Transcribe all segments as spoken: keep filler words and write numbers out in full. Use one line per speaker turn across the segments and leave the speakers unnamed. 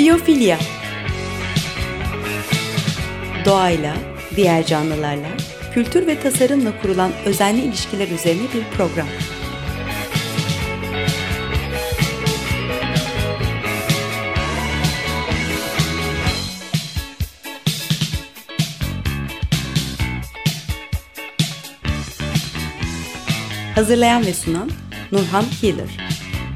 Biyofilya. Doğayla, diğer canlılarla, kültür ve tasarımla kurulan özenli ilişkiler üzerine bir program. Hazırlayan ve sunan Nurhan Healer.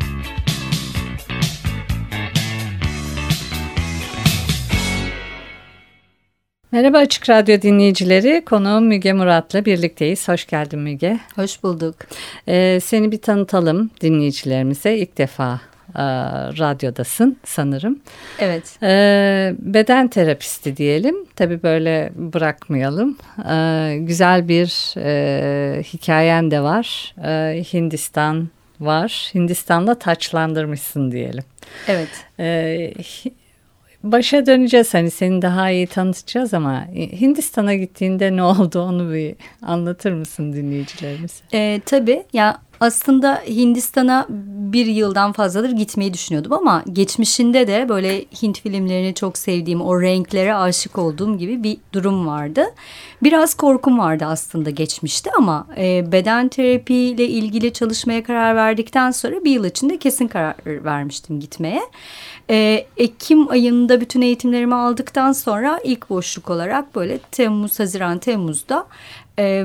Merhaba Açık Radyo dinleyicileri, konuğum Müge Murat'la birlikteyiz. Hoş geldin Müge.
Hoş bulduk.
Ee, seni bir tanıtalım dinleyicilerimize. İlk defa e, radyodasın sanırım.
Evet.
Ee, beden terapisti diyelim. Tabii böyle bırakmayalım. Ee, güzel bir e, hikayen de var. Ee, Hindistan var. Hindistan'da taçlandırmışsın diyelim.
Evet.
Ee, Başa döneceğiz, hani seni daha iyi tanıtacağız ama Hindistan'a gittiğinde ne oldu onu bir anlatır mısın dinleyicilerimize?
Ee, tabii ya, aslında Hindistan'a bir yıldan fazladır gitmeyi düşünüyordum ama geçmişinde de böyle Hint filmlerini çok sevdiğim, o renklere aşık olduğum gibi bir durum vardı. Biraz korkum vardı aslında geçmişte ama e, beden terapiyle ilgili çalışmaya karar verdikten sonra bir yıl içinde kesin karar vermiştim gitmeye. E, Ekim ayında bütün eğitimlerimi aldıktan sonra ilk boşluk olarak böyle Temmuz, Haziran, Temmuz'da... E,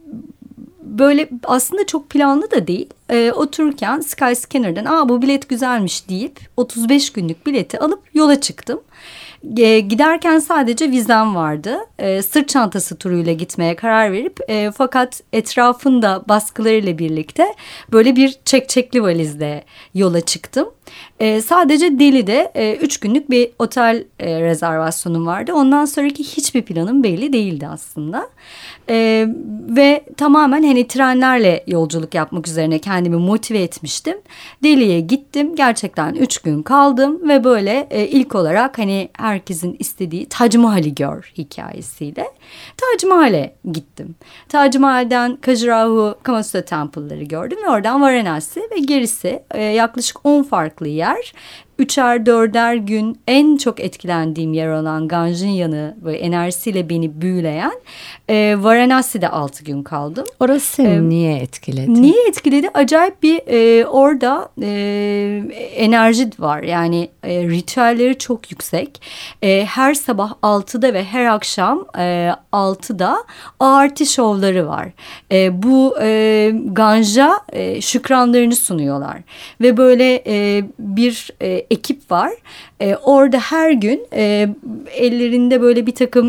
Böyle aslında çok planlı da değil. E, otururken Skyscanner'dan "Aa, bu bilet güzelmiş" deyip otuz beş günlük bileti alıp yola çıktım. E, giderken sadece vizem vardı. E, sırt çantası turuyla gitmeye karar verip e, fakat etrafında baskılarıyla birlikte böyle bir çekçekli valizle yola çıktım. E, sadece Delhi'de e, üç günlük bir otel e, rezervasyonum vardı. Ondan sonraki hiçbir planım belli değildi aslında. E, ve tamamen hani trenlerle yolculuk yapmak üzerine kendimi motive etmiştim. Delhi'ye gittim. Gerçekten üç gün kaldım ve böyle e, ilk olarak hani herkesin istediği Tac Mahal'i gör hikayesiyle Tac Mahal'e gittim. Tac Mahal'den Khajuraho, Kamasutra Temple'ları gördüm ve oradan Varanasi ve gerisi e, yaklaşık on farklı yer. Üçer dörder gün en çok etkilendiğim yer olan Ganj'ın yanı ve enerjisiyle beni büyüleyen e, Varanasi'de altı gün kaldım.
Orası seni
ee,
niye etkiledi?
Niye etkiledi? Acayip bir e, orada e, enerji var. Yani e, ritüelleri çok yüksek. E, her sabah altıda ve her akşam e, altıda ağartı şovları var. E, bu e, Ganj'a e, şükranlarını sunuyorlar. Ve böyle e, bir e, ekip var. E, orada her gün e, ellerinde böyle bir takım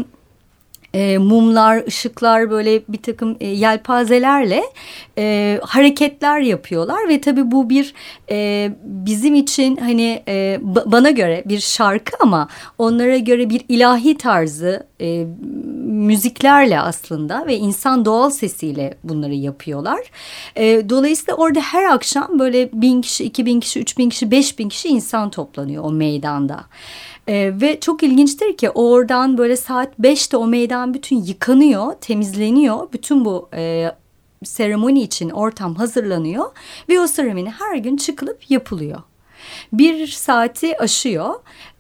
E, mumlar, ışıklar, böyle bir takım e, yelpazelerle e, hareketler yapıyorlar ve tabii bu bir e, bizim için hani e, ba- bana göre bir şarkı ama onlara göre bir ilahi tarzı e, müziklerle aslında ve insan doğal sesiyle bunları yapıyorlar. E, dolayısıyla orada her akşam böyle bin kişi, iki bin kişi, üç bin kişi, beş bin kişi insan toplanıyor o meydanda. Ee, ve çok ilginçtir ki oradan böyle saat beşte o meydan bütün yıkanıyor, temizleniyor. Bütün bu e, seremoni için ortam hazırlanıyor ve o seremoni her gün çıkılıp yapılıyor. Bir saati aşıyor.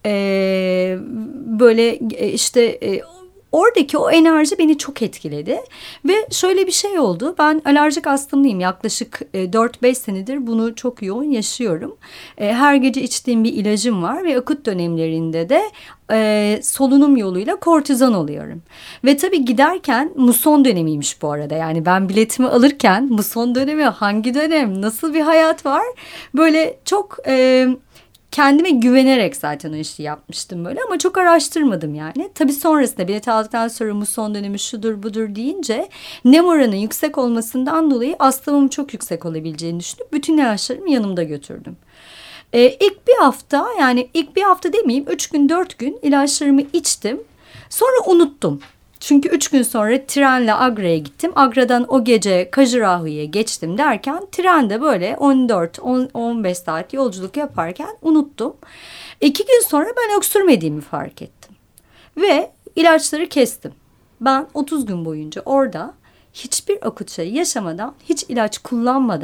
Ee, böyle e, işte... E, Oradaki o enerji beni çok etkiledi ve şöyle bir şey oldu. Ben alerjik hastalıyım, yaklaşık e, dört beş senedir bunu çok yoğun yaşıyorum. E, her gece içtiğim bir ilacım var ve akut dönemlerinde de e, solunum yoluyla kortizon alıyorum. Ve tabii giderken muson dönemiymiş bu arada. Yani ben biletimi alırken muson dönemi, hangi dönem, nasıl bir hayat var? Böyle çok... E, Kendime güvenerek zaten o işi yapmıştım böyle ama çok araştırmadım yani. Tabii sonrasında bilet aldıktan sonra muson dönemi şudur budur deyince nem oranı yüksek olmasından dolayı astımım çok yüksek olabileceğini düşünüp bütün ilaçlarımı yanımda götürdüm. Ee, ilk bir hafta, yani ilk bir hafta demeyeyim, üç gün dört gün ilaçlarımı içtim. Sonra unuttum. Çünkü üç gün sonra trenle Agra'ya gittim. Agra'dan o gece Khajuraho'ya geçtim derken trende böyle on dört on beş saat yolculuk yaparken unuttum. İki gün sonra ben öksürmediğimi fark ettim. Ve ilaçları kestim. Ben otuz gün boyunca orada hiçbir akut şey yaşamadan, hiç ilaç kullanmadan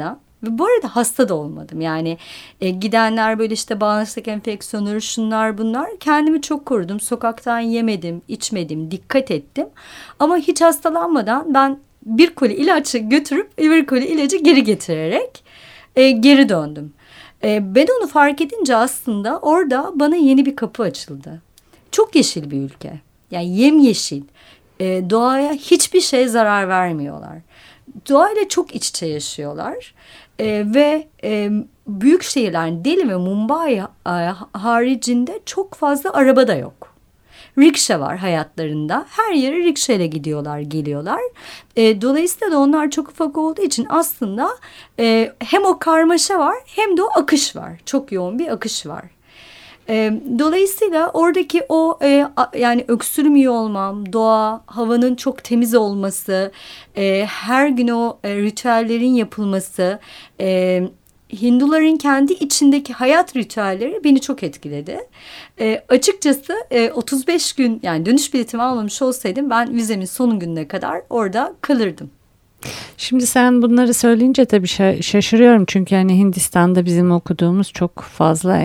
Ve bu arada hasta da olmadım. Yani e, gidenler böyle işte bağırsak enfeksiyonları, şunlar bunlar. Kendimi çok korudum. Sokaktan yemedim, içmedim, dikkat ettim. Ama hiç hastalanmadan ben bir koli ilacı götürüp bir koli ilacı geri getirerek e, geri döndüm. E, ben onu fark edince aslında orada bana yeni bir kapı açıldı. Çok yeşil bir ülke. Yani yemyeşil. E, doğaya hiçbir şey zarar vermiyorlar. Doğayla çok iç içe yaşıyorlar. E, ve e, büyük şehirler Delhi ve Mumbai e, haricinde çok fazla araba da yok. Rikşa var hayatlarında. Her yere rikşa ile gidiyorlar, geliyorlar. E, dolayısıyla da onlar çok ufak olduğu için aslında e, hem o karmaşa var hem de o akış var. Çok yoğun bir akış var. E, dolayısıyla oradaki o e, a, yani öksürmüyor olmam, doğa, havanın çok temiz olması, e, her gün o e, ritüellerin yapılması, e, Hinduların kendi içindeki hayat ritüelleri beni çok etkiledi. E, açıkçası e, otuz beş gün yani dönüş biletimi almamış olsaydım ben vizemin son gününe kadar orada kalırdım.
Şimdi sen bunları söyleyince tabii şaşırıyorum çünkü hani Hindistan'da bizim okuduğumuz çok fazla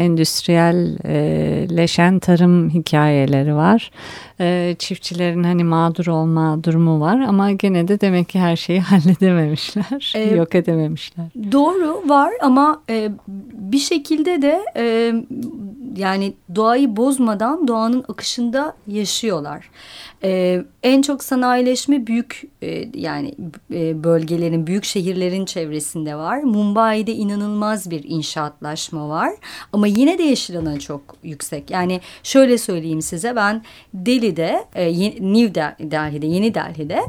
endüstriyelleşen tarım hikayeleri var. Çiftçilerin hani mağdur olma durumu var ama gene de demek ki her şeyi halledememişler, ee, yok edememişler.
Doğru var ama e, bir şekilde de e, yani doğayı bozmadan doğanın akışında yaşıyorlar. Ee, en çok sanayileşme büyük e, yani e, bölgelerin, büyük şehirlerin çevresinde var. Mumbai'de inanılmaz bir inşaatlaşma var. Ama yine de yeşil alanı çok yüksek. Yani şöyle söyleyeyim size, ben Delhi'de, e, New Delhi'de, Yeni Delhi'de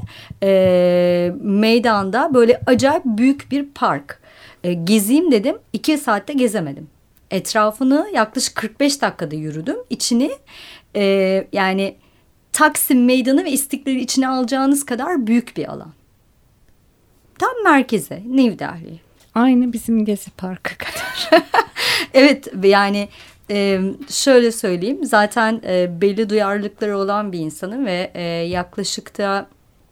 e, meydanda böyle acayip büyük bir park. E, gezeyim dedim, iki saatte gezemedim. Etrafını yaklaşık kırk beş dakikada yürüdüm. İçini e, yani Taksim Meydanı ve İstiklal'i içine alacağınız kadar büyük bir alan. Tam merkeze, New Delhi.
Aynı bizim Gezi Parkı kadar.
Evet, yani e, şöyle söyleyeyim. Zaten e, belli duyarlılıkları olan bir insanım ve e, yaklaşık da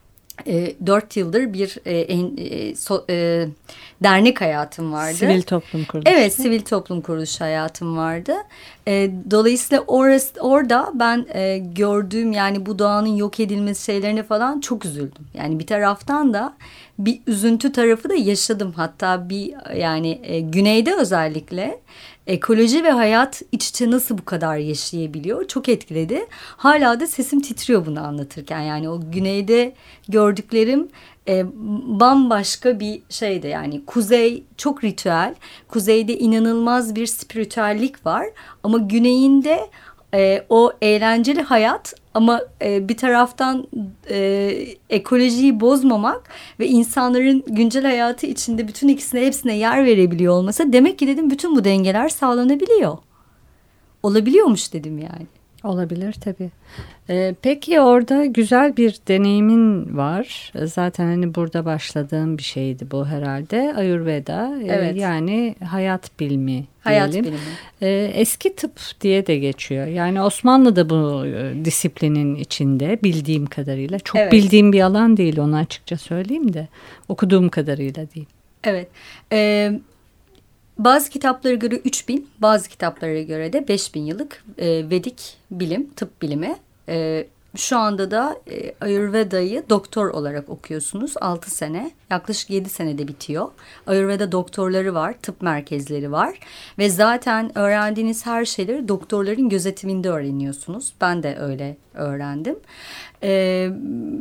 E, dört yıldır bir e, e, so, e, dernek hayatım vardı.
Sivil toplum kuruluşu.
Evet, sivil toplum kuruluşu hayatım vardı. E, dolayısıyla orası, orada ben e, gördüğüm yani bu doğanın yok edilmesi şeylerine falan çok üzüldüm. Yani bir taraftan da bir üzüntü tarafı da yaşadım. Hatta bir yani e, güneyde özellikle ekoloji ve hayat iç içe nasıl bu kadar yaşayabiliyor? Çok etkiledi. Hala da sesim titriyor bunu anlatırken. Yani o güneyde gördüklerim e, bambaşka bir şeydi. Yani kuzey çok ritüel. Kuzeyde inanılmaz bir spiritüellik var. Ama güneyinde e, o eğlenceli hayat ama e, bir taraftan e, ekolojiyi bozmamak ve insanların güncel hayatı içinde bütün ikisine hepsine yer verebiliyor olması, demek ki dedim bütün bu dengeler sağlanabiliyor. Olabiliyormuş dedim yani.
Olabilir tabii. Ee, peki orada güzel bir deneyimin var. Zaten hani burada başladığım bir şeydi bu herhalde. Ayurveda.
Evet.
Ee, yani hayat bilimi.
Hayat
diyelim.
bilimi.
Ee, eski tıp diye de geçiyor. Yani Osmanlı da bu e, disiplinin içinde bildiğim kadarıyla. Çok
Evet.
bildiğim bir alan değil, onu açıkça söyleyeyim de. Okuduğum kadarıyla değil.
Evet. Evet. Bazı kitaplara göre üç bin, bazı kitaplara göre de beş bin yıllık e, Vedik bilim, tıp bilimi. E, şu anda da e, Ayurveda'yı doktor olarak okuyorsunuz. altı sene, yaklaşık yedi senede bitiyor. Ayurveda doktorları var, tıp merkezleri var. Ve zaten öğrendiğiniz her şeyleri doktorların gözetiminde öğreniyorsunuz. Ben de öyle öğrendim. Ee,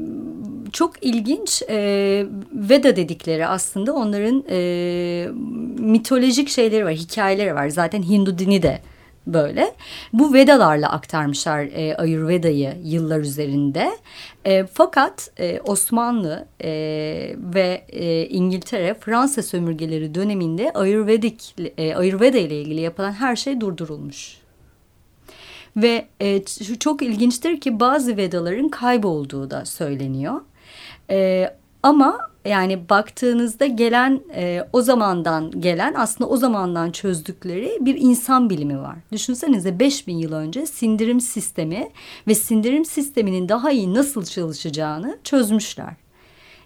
çok ilginç e, Veda dedikleri aslında onların e, mitolojik şeyleri var, hikayeleri var. Zaten Hindu dini de böyle. Bu Vedalarla aktarmışlar e, Ayurveda'yı yıllar üzerinde. E, fakat e, Osmanlı e, ve e, İngiltere, Fransa sömürgeleri döneminde Ayurvedik, e, Ayurveda ile ilgili yapılan her şey durdurulmuş. Ve e, çok ilginçtir ki bazı Vedaların kaybolduğu da söyleniyor. E, ama yani baktığınızda gelen e, o zamandan gelen aslında o zamandan çözdükleri bir insan bilimi var. Düşünsenize beş bin yıl önce sindirim sistemi ve sindirim sisteminin daha iyi nasıl çalışacağını çözmüşler.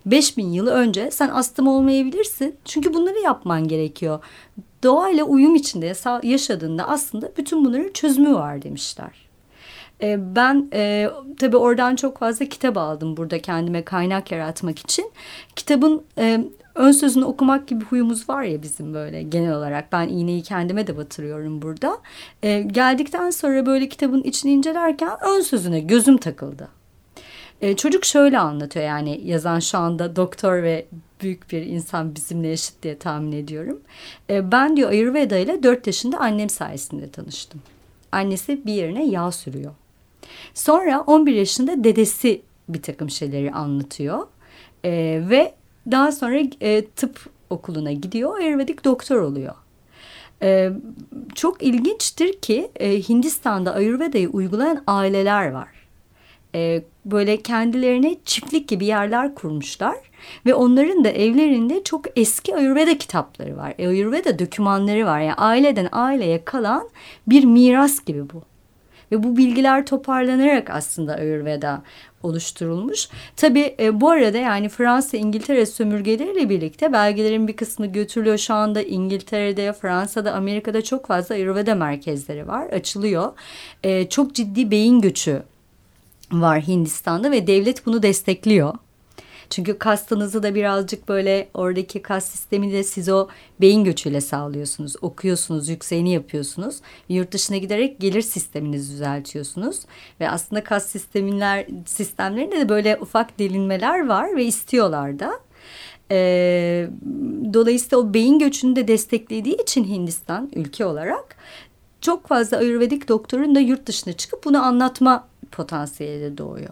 beş bin yıl önce sen astım olmayabilirsin. Çünkü bunları yapman gerekiyor. Doğayla uyum içinde yaşadığında aslında bütün bunların çözümü var demişler. E, ben e, tabii oradan çok fazla kitap aldım burada kendime kaynak yaratmak için. Kitabın e, ön sözünü okumak gibi huyumuz var ya bizim böyle genel olarak. Ben iğneyi kendime de batırıyorum burada. E, geldikten sonra böyle kitabın içini incelerken ön sözüne gözüm takıldı. E, çocuk şöyle anlatıyor, yani yazan şu anda doktor ve büyük bir insan, bizimle eşit diye tahmin ediyorum. E, ben diyor Ayurveda ile dört yaşında annem sayesinde tanıştım. Annesi bir yerine yağ sürüyor. Sonra on bir yaşında dedesi bir takım şeyleri anlatıyor. E, ve daha sonra e, tıp okuluna gidiyor, Ayurvedik doktor oluyor. E, çok ilginçtir ki e, Hindistan'da Ayurveda'yı uygulayan aileler var. E, böyle kendilerine çiftlik gibi yerler kurmuşlar ve onların da evlerinde çok eski Ayurveda kitapları var. E, Ayurveda dokümanları var. Yani aileden aileye kalan bir miras gibi bu. Ve bu bilgiler toparlanarak aslında Ayurveda oluşturulmuş. Tabii e, bu arada yani Fransa, İngiltere sömürgeleriyle birlikte belgelerin bir kısmı götürülüyor. Şu anda İngiltere'de, Fransa'da, Amerika'da çok fazla Ayurveda merkezleri var. Açılıyor. E, çok ciddi beyin göçü var Hindistan'da ve devlet bunu destekliyor. Çünkü kastınızı da birazcık böyle oradaki kas sistemini de siz o beyin göçüyle sağlıyorsunuz. Okuyorsunuz, yükseğini yapıyorsunuz. Yurt dışına giderek gelir sisteminizi düzeltiyorsunuz. Ve aslında kas sistemler, sistemlerinde de böyle ufak delinmeler var ve istiyorlar da. Ee, dolayısıyla o beyin göçünü de desteklediği için Hindistan ülke olarak çok fazla Ayurvedik doktorun da yurt dışına çıkıp bunu anlatma potansiyeli de doğuyor.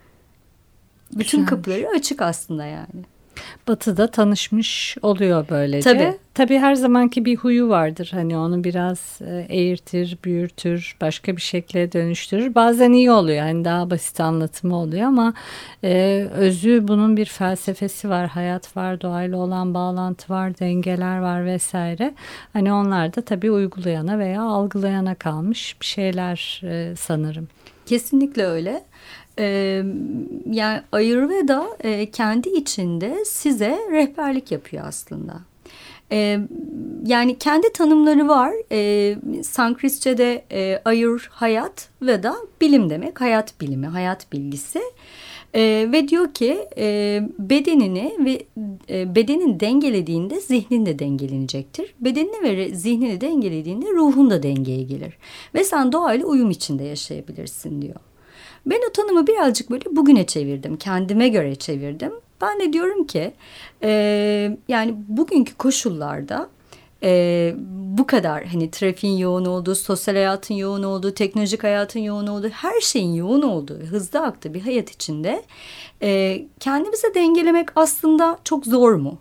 Bütün Güzelmiş. Kapıları açık aslında yani.
Batı'da tanışmış oluyor böylece.
Tabii.
Tabii her zamanki bir huyu vardır. Hani onu biraz eğirtir, büyütür, başka bir şekle dönüştürür. Bazen iyi oluyor. Hani daha basit anlatımı oluyor ama e, özü bunun bir felsefesi var. Hayat var, doğayla olan bağlantı var, dengeler var vesaire. Hani onlar da tabii uygulayana veya algılayana kalmış bir şeyler e, sanırım.
Kesinlikle öyle. Ee, yani Ayurveda e, kendi içinde size rehberlik yapıyor aslında. Ee, yani kendi tanımları var. Ee, Sanskritçe'de e, Ayur hayat, Veda bilim demek, hayat bilimi, hayat bilgisi. Ee, ve diyor ki e, bedenini ve e, bedenin dengelediğinde zihnin de dengelenecektir. Bedenini ve zihnini dengelediğinde ruhun da dengeye gelir. Ve sen doğayla uyum içinde yaşayabilirsin diyor. Ben o tanımı birazcık böyle bugüne çevirdim. Kendime göre çevirdim. Ben de diyorum ki e, yani bugünkü koşullarda e, bu kadar hani trafiğin yoğun olduğu, sosyal hayatın yoğun olduğu, teknolojik hayatın yoğun olduğu, her şeyin yoğun olduğu, hızlı aktığı bir hayat içinde e, kendimizi dengelemek aslında çok zor mu?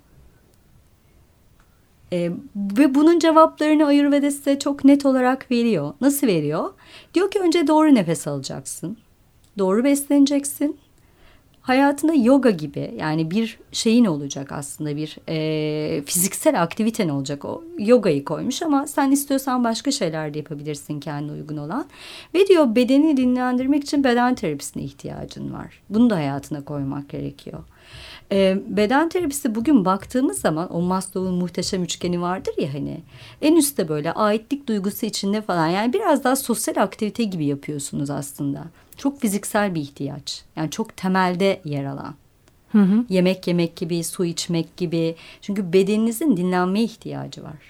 E, ve bunun cevaplarını Ayurveda size çok net olarak veriyor. Nasıl veriyor? Diyor ki önce doğru nefes alacaksın. Doğru besleneceksin. Hayatında yoga gibi yani bir şeyin olacak aslında, bir e, fiziksel aktiviten olacak. O yogayı koymuş ama sen istiyorsan başka şeyler de yapabilirsin kendine uygun olan. Ve diyor bedeni dinlendirmek için beden terapisine ihtiyacın var. Bunu da hayatına koymak gerekiyor. E, beden terapisi bugün baktığımız zaman o Maslow'un muhteşem üçgeni vardır ya hani. En üstte böyle aitlik duygusu içinde falan, yani biraz daha sosyal aktivite gibi yapıyorsunuz aslında. Çok fiziksel bir ihtiyaç. Yani çok temelde yer alan. Hı hı. Yemek yemek gibi, su içmek gibi. Çünkü bedeninizin dinlenmeye ihtiyacı var.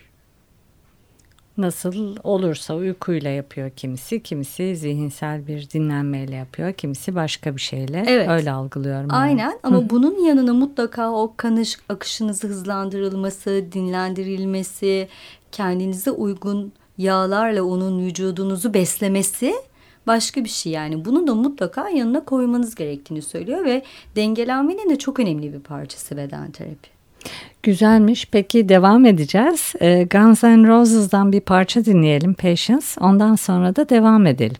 Nasıl olursa uykuyla yapıyor kimisi, kimisi zihinsel bir dinlenmeyle yapıyor, kimisi başka bir şeyle. Evet. Öyle algılıyorum.
Aynen ama Hı. bunun yanına mutlaka o kan akışınızı hızlandırılması, dinlendirilmesi, kendinize uygun yağlarla onun vücudunuzu beslemesi başka bir şey yani. Bunu da mutlaka yanına koymanız gerektiğini söylüyor ve dengelenmenin de çok önemli bir parçası beden terapi.
Güzelmiş. Peki devam edeceğiz. Ee, Guns N' Roses'dan bir parça dinleyelim, Patience. Ondan sonra da devam edelim.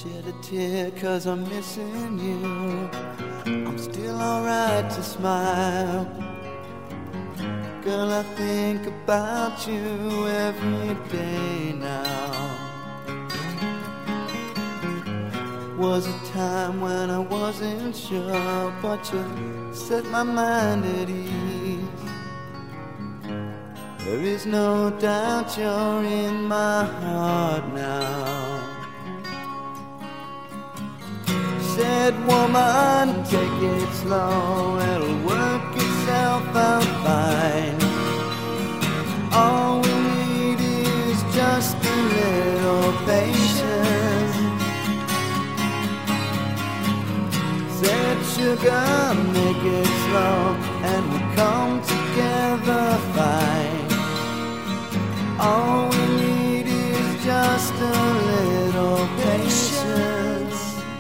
shed a tear 'cause I'm missing you. I'm still alright to smile. Girl, I think about you every day now. Was a time when I wasn't sure, but you set my mind at ease. There is no doubt you're in my heart now. Said woman, take it slow, it'll work itself out fine. All we need is just a little patience. Said sugar, make it slow, and we come together fine. All we need is just a little patience.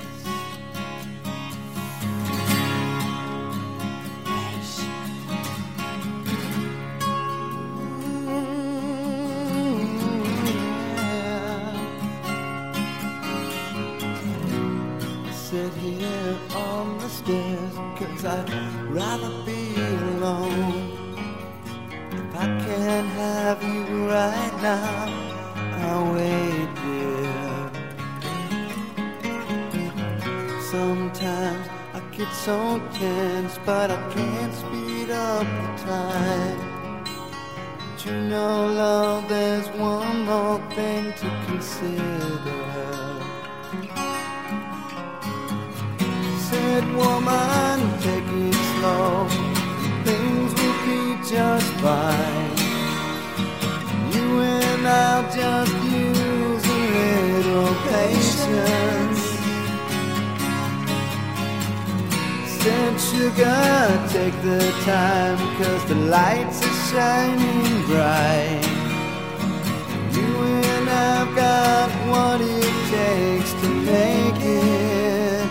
Sit here on the stairs, 'cause I'd rather be alone. If I can't have you right now, I'll wait, dear. Sometimes I get so tense, but I can't speed up the time. But you know, love, there's one more thing to consider. Said woman, take it slow, things will be just fine. You and I'll just use a little patience. Said sugar, take the time, 'cause the lights are shining bright. You and I've got what it takes to make it.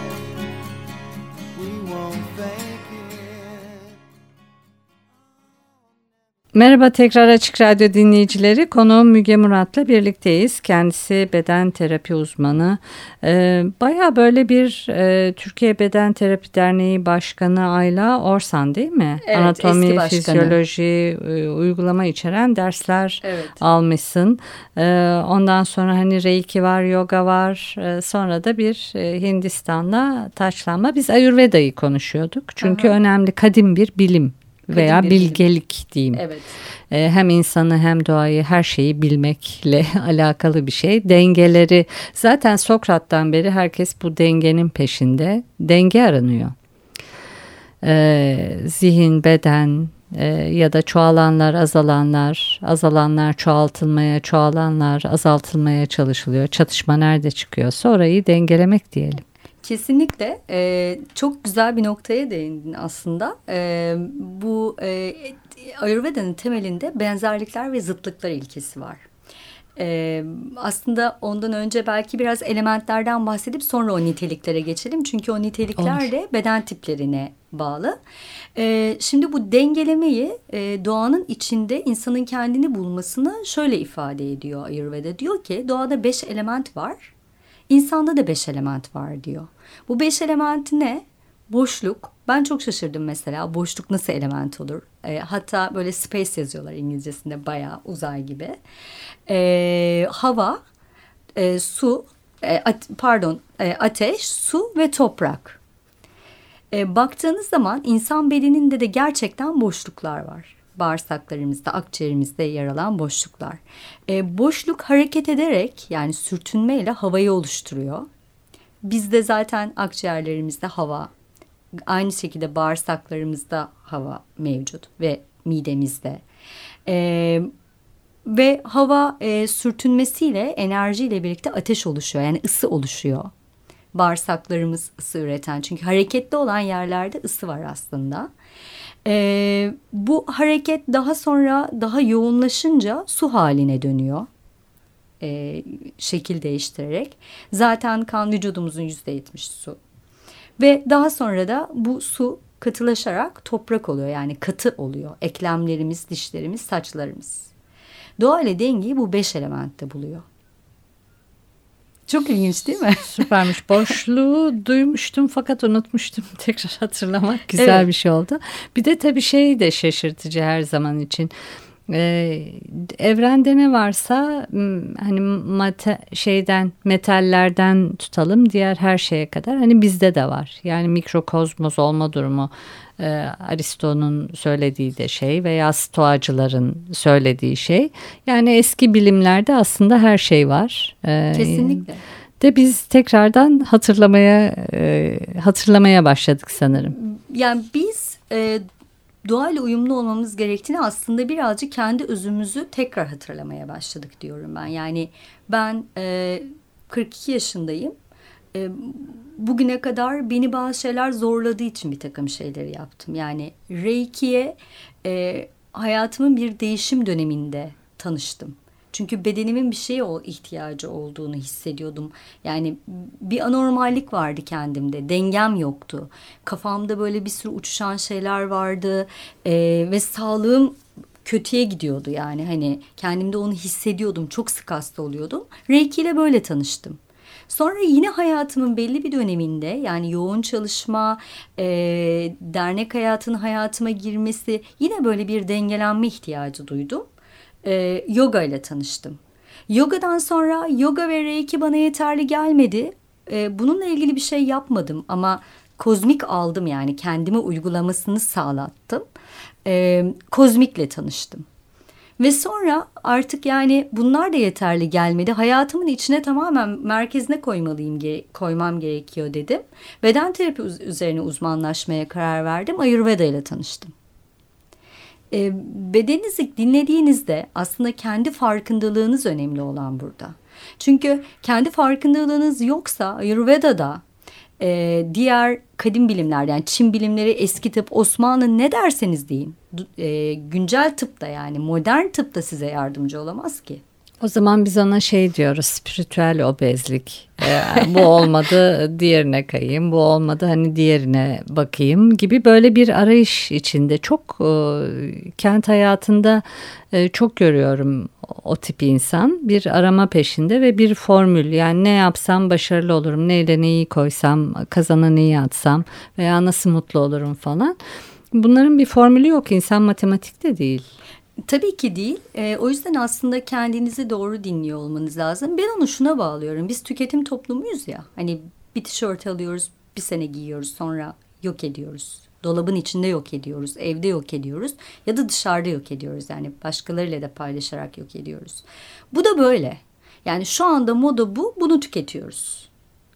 Merhaba tekrar Açık Radyo dinleyicileri. Konuğum Müge Murat'la birlikteyiz. Kendisi beden terapi uzmanı. Ee, Baya böyle bir e, Türkiye Beden Terapi Derneği Başkanı Ayla Orsan değil mi?
Evet,
Anatomi, fizyoloji, e, uygulama içeren dersler evet. almışsın. E, ondan sonra hani Reiki var, yoga var. E, sonra da bir e, Hindistan'la taçlanma. Biz Ayurveda'yı konuşuyorduk. Çünkü Aha. önemli kadim bir bilim. Veya Kadim bilgelik diyeyim.
Evet.
Ee, hem insanı hem doğayı her şeyi bilmekle alakalı bir şey. Dengeleri zaten Sokrat'tan beri herkes bu dengenin peşinde. Denge aranıyor. Ee, zihin, beden e, ya da çoğalanlar, azalanlar, azalanlar çoğaltılmaya, çoğalanlar azaltılmaya çalışılıyor. Çatışma nerede çıkıyorsa orayı dengelemek diyelim.
Kesinlikle e, çok güzel bir noktaya değindin aslında. E, bu e, Ayurveda'nın temelinde benzerlikler ve zıtlıklar ilkesi var. E, aslında ondan önce belki biraz elementlerden bahsedip sonra o niteliklere geçelim. Çünkü o nitelikler Olur. de beden tiplerine bağlı. E, şimdi bu dengelemeyi e, doğanın içinde insanın kendini bulmasını şöyle ifade ediyor Ayurveda. Diyor ki doğada beş element var. İnsanda da beş element var diyor. Bu beş element ne? Boşluk. Ben çok şaşırdım mesela. Boşluk nasıl element olur? E, hatta böyle space yazıyorlar İngilizcesinde bayağı uzay gibi. E, hava, e, su, e, at, pardon e, ateş, su ve toprak. E, baktığınız zaman insan bedeninde de gerçekten boşluklar var. Bağırsaklarımızda, akciğerimizde yer alan boşluklar. E, boşluk hareket ederek yani sürtünmeyle havayı oluşturuyor. Bizde zaten akciğerlerimizde hava, aynı şekilde bağırsaklarımızda hava mevcut ve midemizde. E, ve hava e, sürtünmesiyle, enerjiyle birlikte ateş oluşuyor yani ısı oluşuyor. Bağırsaklarımız ısı üreten çünkü hareketli olan yerlerde ısı var aslında. Ee, bu hareket daha sonra daha yoğunlaşınca su haline dönüyor. Ee, şekil değiştirerek. Zaten kan vücudumuzun yüzde yetmiş su. Ve daha sonra da bu su katılaşarak toprak oluyor. Yani katı oluyor. Eklemlerimiz, dişlerimiz, saçlarımız. Doğa ile dengeyi bu beş elementte buluyor. Çok ilginç değil mi?
Süpermiş. Boşluğu duymuştum fakat unutmuştum. Tekrar hatırlamak güzel evet. bir şey oldu. Bir de tabii şey de şaşırtıcı her zaman için. Ee, evrende ne varsa hani mate, şeyden metallerden tutalım diğer her şeye kadar hani bizde de var. Yani mikrokozmos olma durumu e, Aristo'nun söylediği de şey veya stoacıların söylediği şey. Yani eski bilimlerde aslında her şey var. Ee,
Kesinlikle.
De biz tekrardan hatırlamaya e, hatırlamaya başladık sanırım.
Yani biz e, doğayla uyumlu olmamız gerektiğini aslında birazcık kendi özümüzü tekrar hatırlamaya başladık diyorum ben. Yani ben e, kırk iki yaşındayım. E, bugüne kadar beni bazı şeyler zorladığı için bir takım şeyleri yaptım. Yani Reiki'ye e, hayatımın bir değişim döneminde tanıştım. Çünkü bedenimin bir şeye o ihtiyacı olduğunu hissediyordum. Yani bir anormallik vardı kendimde. Dengem yoktu. Kafamda böyle bir sürü uçuşan şeyler vardı. Ee, ve sağlığım kötüye gidiyordu yani. Hani kendimde onu hissediyordum. Çok sık hasta oluyordum. Reiki ile böyle tanıştım. Sonra yine hayatımın belli bir döneminde yani yoğun çalışma, e, dernek hayatının hayatıma girmesi yine böyle bir dengelenme ihtiyacı duydum. Ee, yoga ile tanıştım. Yogadan sonra yoga ve reiki bana yeterli gelmedi. Ee, bununla ilgili bir şey yapmadım ama kozmik aldım yani kendime uygulamasını sağlattım. Ee, kozmikle tanıştım. Ve sonra artık yani bunlar da yeterli gelmedi. Hayatımın içine tamamen merkezine koymalıyım, koymam gerekiyor dedim. Beden terapi üzerine uzmanlaşmaya karar verdim. Ayurveda ile tanıştım. E, bedeninizi dinlediğinizde aslında kendi farkındalığınız önemli olan burada. Çünkü kendi farkındalığınız yoksa Ayurveda'da e, diğer kadim bilimler yani Çin bilimleri, eski tıp, Osmanlı ne derseniz deyin e, güncel tıpta yani modern tıpta size yardımcı olamaz ki.
O zaman biz ona şey diyoruz, spiritüel obezlik. Ee, bu olmadı diğerine kayayım, bu olmadı hani diğerine bakayım gibi böyle bir arayış içinde. Çok e, kent hayatında e, çok görüyorum o, o tip insan. Bir arama peşinde ve bir formül. Yani ne yapsam başarılı olurum, neyle neyi koysam, kazana neyi atsam veya nasıl mutlu olurum falan. Bunların bir formülü yok, insan matematikte değil.
Tabii ki değil. E, o yüzden aslında kendinizi doğru dinliyor olmanız lazım. Ben onu şuna bağlıyorum. Biz tüketim toplumuyuz ya. Hani bir tişört alıyoruz, bir sene giyiyoruz, sonra yok ediyoruz. Dolabın içinde yok ediyoruz, evde yok ediyoruz ya da dışarıda yok ediyoruz. Yani başkalarıyla da paylaşarak yok ediyoruz. Bu da böyle. Yani şu anda moda bu, bunu tüketiyoruz.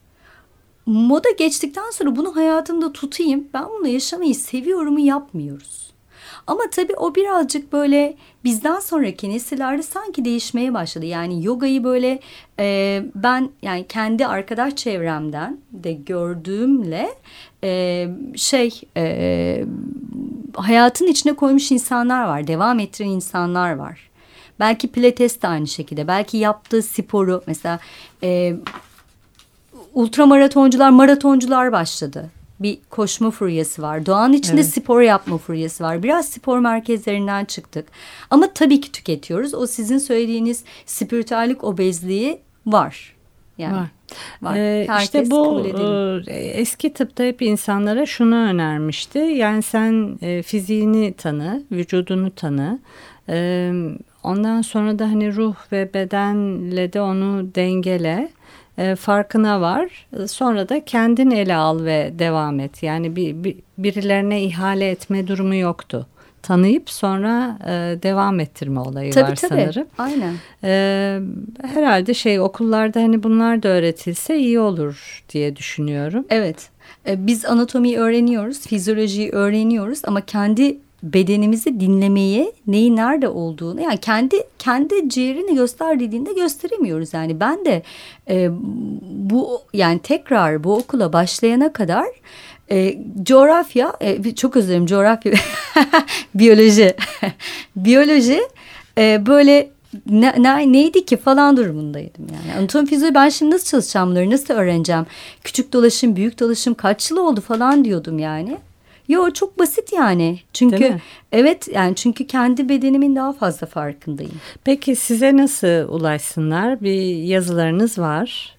Moda geçtikten sonra bunu hayatımda tutayım, ben bunu yaşamayı seviyorumu yapmıyoruz. Ama tabii o birazcık böyle bizden sonraki nesillerde sanki değişmeye başladı. Yani yogayı böyle e, ben yani kendi arkadaş çevremden de gördüğümle e, şey e, hayatın içine koymuş insanlar var. Devam ettiren insanlar var. Belki pilates de aynı şekilde. Belki yaptığı sporu mesela e, ultramaratoncular, maratoncular başladı. Bir koşma furyası var. Doğanın içinde evet. spor yapma furyası var. Biraz spor merkezlerinden çıktık. Ama tabii ki tüketiyoruz. O sizin söylediğiniz spiritüellik obezliği var. Yani var. var.
Ee, işte bu e, eski tıpta hep insanlara şunu önermişti. Yani sen e, fiziğini tanı, vücudunu tanı. E, ondan sonra da hani ruh ve bedenle de onu dengele. E, farkına var. Sonra da kendin ele al ve devam et. Yani bir, bir birilerine ihale etme durumu yoktu. Tanıyıp sonra e, devam ettirme olayı
tabii,
var
tabii.
sanırım.
Aynen.
E, herhalde şey okullarda hani bunlar da öğretilse iyi olur diye düşünüyorum.
Evet. E, biz anatomiyi öğreniyoruz, fizyolojiyi öğreniyoruz ama kendi bedenimizi dinlemeyi, neyi nerede olduğunu yani kendi kendi ciğerini göster dediğinde gösteremiyoruz. Yani ben de e, bu yani tekrar bu okula başlayana kadar e, coğrafya e, çok özür dilerim coğrafya biyoloji biyoloji e, böyle ne, ne, neydi ki falan durumundaydım yani. Anatomi fizyoloji ben şimdi nasıl çalışacağım bunları nasıl öğreneceğim? Küçük dolaşım, büyük dolaşım kaç yıl oldu falan diyordum yani. Yo çok basit yani. Çünkü evet yani çünkü kendi bedenimin daha fazla farkındayım.
Peki size nasıl ulaşsınlar? Bir yazılarınız var.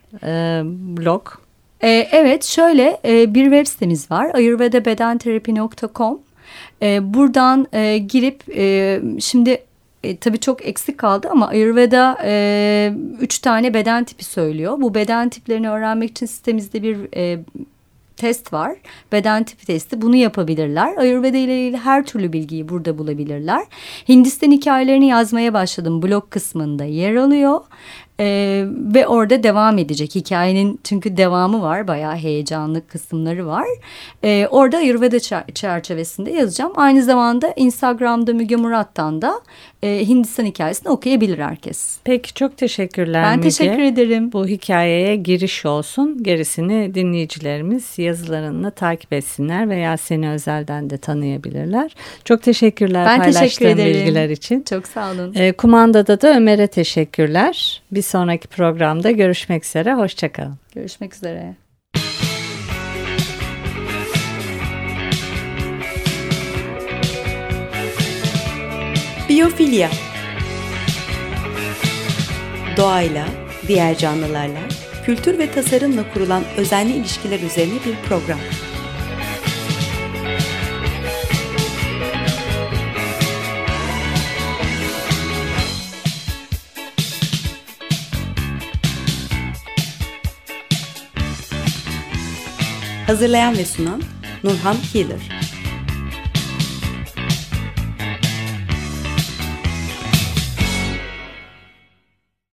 e, blog.
Ee, evet, şöyle e, bir web sitemiz var, ayurveda beden terapi nokta com. E, buradan e, girip e, şimdi e, tabii çok eksik kaldı ama Ayurveda e, üç tane beden tipi söylüyor. Bu beden tiplerini öğrenmek için sitemizde bir e, test var. Beden tipi testi. Bunu yapabilirler. Ayurveda ile ilgili her türlü bilgiyi burada bulabilirler. Hindistan hikayelerini yazmaya başladım. Blog kısmında yer alıyor. Ee, ve orada devam edecek hikayenin, çünkü devamı var, bayağı heyecanlı kısımları var. Ee, orada Ayurveda çerçevesinde yazacağım. Aynı zamanda Instagram'da Müge Murat'tan da e, Hindistan hikayesini okuyabilir herkes.
Peki, çok teşekkürler
Ben
Müge.
teşekkür ederim.
Bu hikayeye giriş olsun. Gerisini dinleyicilerimiz yazılarını takip etsinler veya seni özelden de tanıyabilirler. Çok teşekkürler
ben
paylaştığın
teşekkür ederim.
bilgiler için.
Çok sağ olun.
E, kumandada da Ömer'e teşekkürler. Bir sonraki programda görüşmek üzere. Hoşçakalın.
Görüşmek üzere.
Biyofilya. Doğayla, diğer canlılarla, kültür ve tasarımla kurulan özenli ilişkiler üzerine bir program. Hazırlayan ve sunan Nurhan Healer.